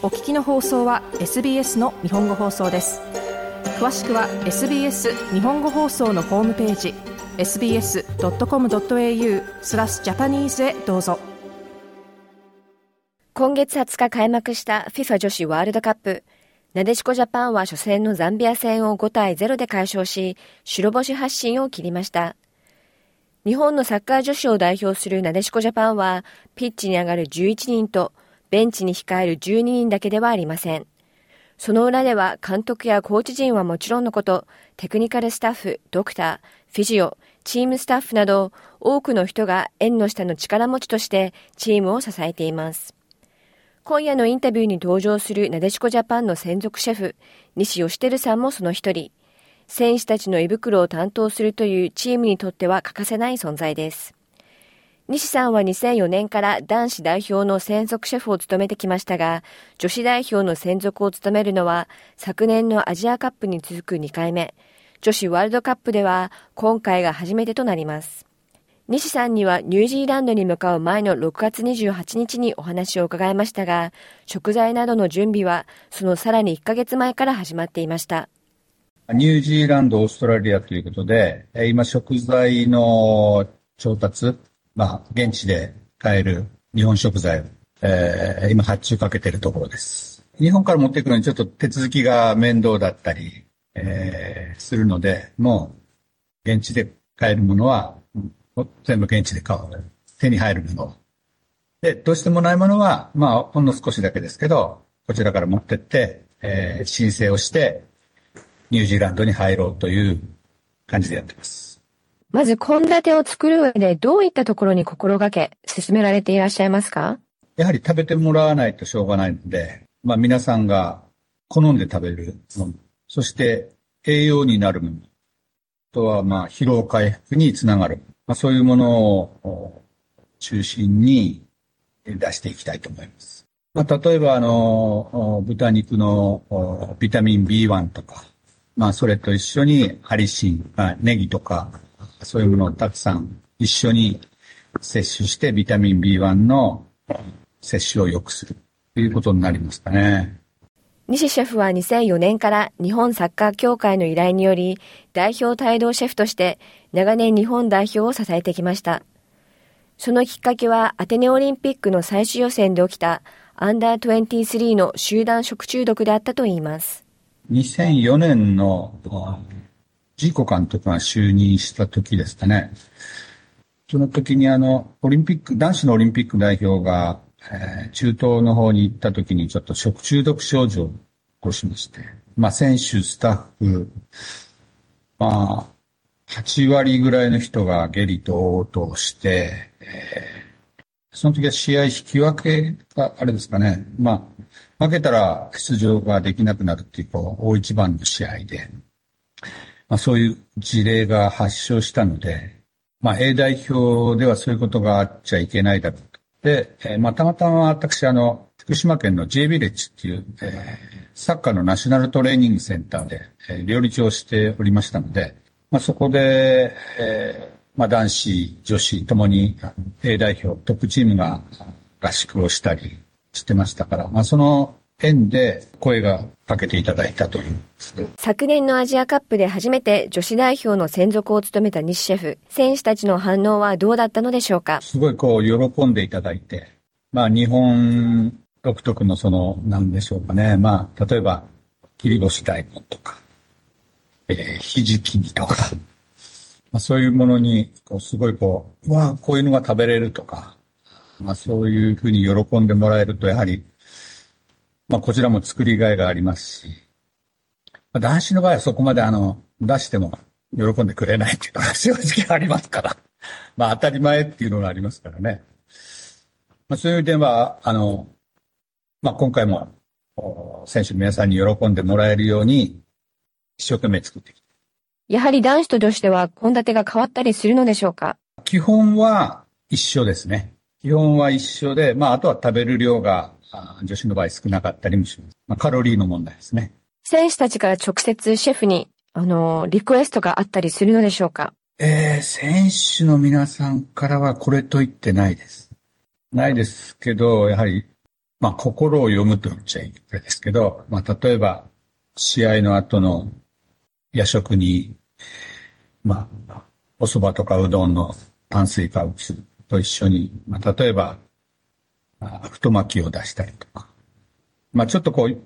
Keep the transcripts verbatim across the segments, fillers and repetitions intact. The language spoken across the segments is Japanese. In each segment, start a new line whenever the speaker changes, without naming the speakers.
お聞きの放送は エスビーエス の日本語放送です。詳しくは エスビーエス 日本語放送のホームページ エスビーエスドットコムドットエーユー スラスジャパニーズへどうぞ。
今月はつか開幕した FIFA 女子ワールドカップ。なでしこジャパンは初戦のザンビア戦をごたいゼロで快勝し、白星発進を切りました。日本のサッカー女子を代表するなでしこジャパンは、ピッチに上がるじゅういちにんと、ベンチに控えるじゅうににんだけではありません。その裏では監督やコーチ陣はもちろんのこと、テクニカルスタッフ、ドクター、フィジオ、チームスタッフなど、多くの人が縁の下の力持ちとしてチームを支えています。今夜のインタビューに登場するなでしこジャパンの専属シェフ、西義輝さんもその一人。選手たちの胃袋を担当するというチームにとっては欠かせない存在です。西さんはにせんよねんから男子代表の専属シェフを務めてきましたが、女子代表の専属を務めるのは昨年のアジアカップに続くにかいめ、女子ワールドカップでは今回が初めてとなります。西さんにはニュージーランドに向かう前のろくがつにじゅうはちにちにお話を伺いましたが、食材などの準備はそのさらにいっかげつまえから始まっていました。
ニュージーランド、オーストラリアということで、今食材の調達、まあ、現地で買える日本食材を、えー、今発注かけているところです。日本から持ってくるのにちょっと手続きが面倒だったり、えー、するので、もう現地で買えるものは全部現地で買う。手に入るもの。で、どうしてもないものは、まあ、ほんの少しだけですけど、こちらから持ってって、えー、申請をして、ニュージーランドに入ろうという感じでやってます。
まず、献立を作る上でどういったところに心がけ、進められていらっしゃいますか？
やはり食べてもらわないとしょうがないので、まあ皆さんが好んで食べるもの、そして栄養になるもの、あとはまあ疲労回復につながる、まあそういうものを中心に出していきたいと思います。まあ例えばあの、豚肉のビタミン ビーワン とか、まあそれと一緒にハリシン、ネギとか、そういうものをたくさん一緒に摂取してビタミン ビーワン の摂取を良くするということになりますかね。
西シェフはにせんよねんから日本サッカー協会の依頼により代表帯同シェフとして長年日本代表を支えてきました。そのきっかけはアテネオリンピックの最終予選で起きたアンダーにじゅうさんの集団食中毒であったといいます。
にせんよねんのジーコ監督が就任した時ですかね。その時にあの、オリンピック、男子のオリンピック代表が、えー、中東の方に行った時にちょっと食中毒症状を起こしまして、まあ選手、スタッフ、まあ、はちわりぐらいの人が下痢と嘔吐して、えー、その時は試合引き分けがあれですかね。まあ、負けたら出場ができなくなるっていう、こう、大一番の試合で、まあそういう事例が発症したので、まあ A 代表ではそういうことがあっちゃいけないだろうと。で、えー、まあたまたま私あの、福島県の J ビレッジっていう、えー、サッカーのナショナルトレーニングセンターで、えー、料理長をしておりましたので、まあそこで、えー、まあ男子、女子ともに A 代表、トップチームが合宿をしたりしてましたから、まあその縁で声がかけていただいたという。
昨年のアジアカップで初めて女子代表の専属を務めた西シェフ。選手たちの反応はどうだったのでしょうか？
すごいこう喜んでいただいて、まあ日本独特のそのなんでしょうかね。まあ例えば切り干し大根とか、えー、ひじき煮とか、まあそういうものにこうすごいこう、わあこういうのが食べれるとか、まあそういうふうに喜んでもらえるとやはりまあこちらも作りがいがありますし、まあ、男子の場合はそこまであの出しても喜んでくれないっていうのが正直ありますから、まあ当たり前っていうのがありますからね。まあそういう意味ではあのまあ今回も選手の皆さんに喜んでもらえるように一生懸命作ってきた。
やはり男子と女子では献立が変わったりするのでしょうか？
基本は一緒ですね。基本は一緒で、まああとは食べる量が女子の場合少なかったりもします。まあ、カロリーの問題ですね。
選手たちから直接シェフに、あの、リクエストがあったりするのでしょうか？
えー、選手の皆さんからはこれと言ってないです。ないですけど、やはりまあ、心を読むと言っちゃいけないですけど、まあ、例えば、試合の後の夜食に、まあ、お蕎麦とかうどんの炭水化物と一緒に、まあ、例えば、太巻きを出したりとか、まあ、ちょっとこう、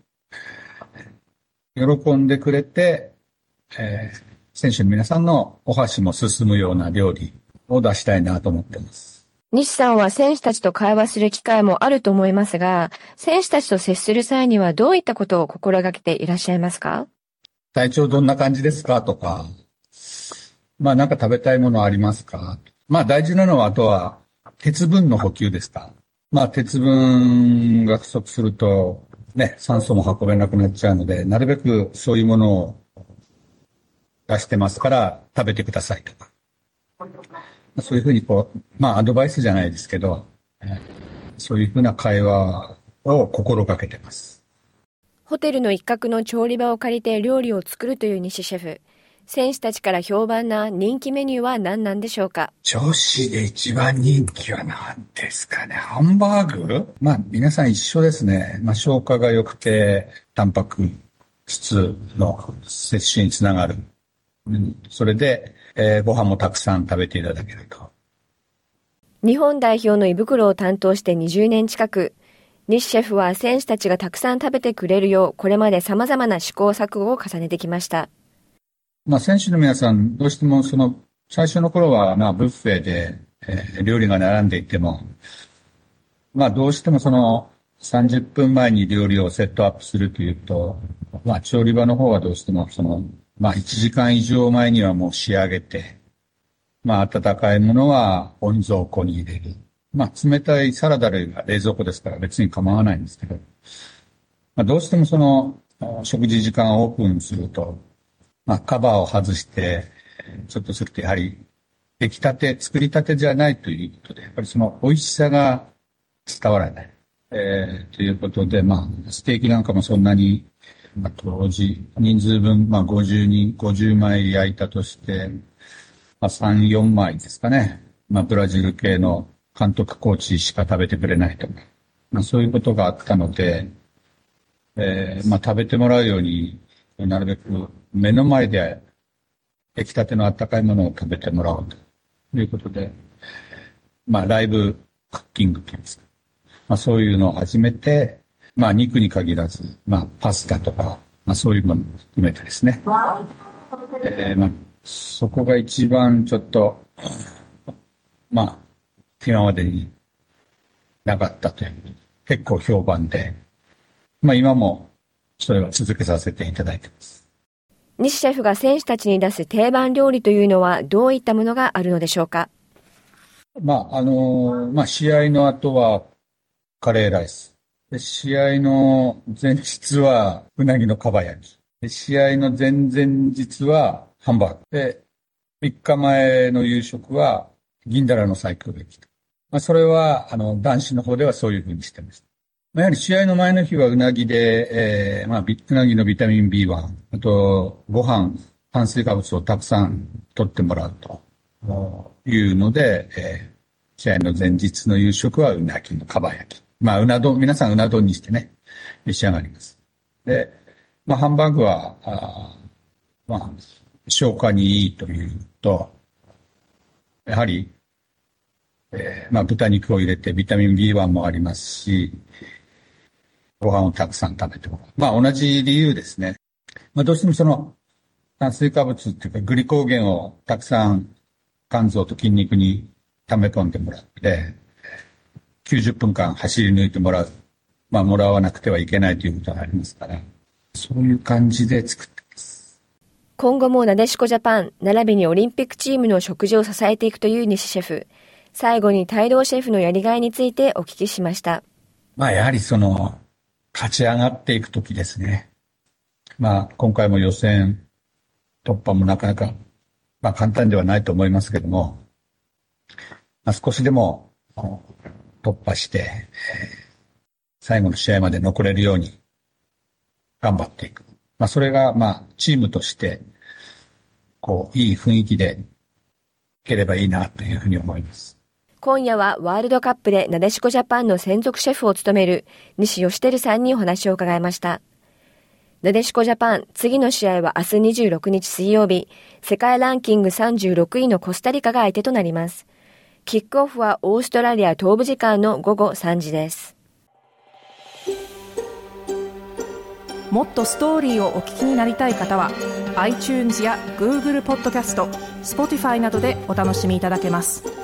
喜んでくれて、えー、選手の皆さんのお箸も進むような料理を出したいなと思っています。
西さんは選手たちと会話する機会もあると思いますが、選手たちと接する際にはどういったことを心がけていらっしゃいますか？
体調どんな感じですかとか、まあなんか食べたいものありますか？まあ大事なのはあとは鉄分の補給ですか。まあ鉄分が不足するとね、酸素も運べなくなっちゃうので、なるべくそういうものを出してますから食べてくださいとか。そういうふうにこう、まあアドバイスじゃないですけど、そういうふうな会話を心がけてます。
ホテルの一角の調理場を借りて料理を作るという西シェフ。選手たちから評判な人気メニューは何なんでしょうか？
女子で一番人気は何ですかね。ハンバーグ？まあ皆さん一緒ですね。まあ消化が良くて、タンパク質の摂取につながる。うん、それで、えー、ご飯もたくさん食べていただけると。
日本代表の胃袋を担当してにじゅうねん近く、西シェフは選手たちがたくさん食べてくれるよう、これまで様々な試行錯誤を重ねてきました。
まあ選手の皆さん、どうしてもその、最初の頃はまあブッフェで、えー、料理が並んでいても、まあどうしてもそのさんじゅっぷんまえに料理をセットアップするというと、まあ調理場の方はどうしてもその、まあいちじかん以上前にはもう仕上げて、まあ温かいものは温蔵庫に入れる。まあ冷たいサラダ類は冷蔵庫ですから別に構わないんですけど、まあどうしてもその食事時間をオープンすると、まあカバーを外して、ちょっとするとやはり出来たて、作りたてじゃないということで、やっぱりその美味しさが伝わらない。えー、ということで、まあステーキなんかもそんなに、まあ、当時人数分、まあごじゅうにん、ごじゅうまい焼いたとして、まあさん、よんまいですかね。まあブラジル系の監督コーチしか食べてくれないとか、まあそういうことがあったので、えー、まあ食べてもらうようになるべく目の前で出来たての温かいものを食べてもらおうということで、まあライブクッキングというんですか。まあそういうのを始めて、まあ肉に限らず、まあパスタとか、まあそういうものも含めてですね。えー、まあそこが一番ちょっと、まあ今までになかったという、結構評判で、まあ今もそれは続けさせていただいています。
西シェフが選手たちに出す定番料理というのはどういったものがあるのでしょうか？
まあ、あの、まあ試合の後はカレーライス。で試合の前日はうなぎのかば焼き。で試合の前々日はハンバーグ。で、みっかまえの夕食は銀だらの西京焼き。まあそれは、あの、男子の方ではそういうふうにしてます。やはり試合の前の日はうなぎで、えー、まあ、うなぎのビタミン ビーワン、あと、ご飯、炭水化物をたくさん取ってもらうというので、えー、試合の前日の夕食はうなぎのかば焼き。まあ、うな丼、皆さんうな丼にしてね、召し上がります。で、まあ、ハンバーグは、あまあ、消化にいいというと、やはり、えー、まあ、豚肉を入れてビタミン ビーワン もありますし、ご飯をたくさん食べてもらう。まあ同じ理由ですね。まあどうしてもその炭水化物っていうかグリコーゲンをたくさん肝臓と筋肉に溜め込んでもらって、きゅうじゅっぷんかん走り抜いてもらう。まあもらわなくてはいけないということがありますから、そういう感じで作ってます。
今後もなでしこジャパン、並びにオリンピックチームの食事を支えていくという西シェフ。最後に帯同シェフのやりがいについてお聞きしました。
まあやはりその、勝ち上がっていくときですね。まあ、今回も予選突破もなかなか、まあ簡単ではないと思いますけども、まあ、少しでも突破して、最後の試合まで残れるように頑張っていく。まあそれが、まあチームとして、こう、いい雰囲気でいければいいなというふうに思います。
今夜はワールドカップでなでしこジャパンの専属シェフを務める西義輝さんにお話を伺いました。なでしこジャパン、次の試合は明日にじゅうろくにち水曜日、世界ランキングさんじゅうろくいのコスタリカが相手となります。キックオフはオーストラリア東部時間のごごさんじです。
もっとストーリーをお聞きになりたい方は iTunes や Google ポッドキャスト、Spotify などでお楽しみいただけます。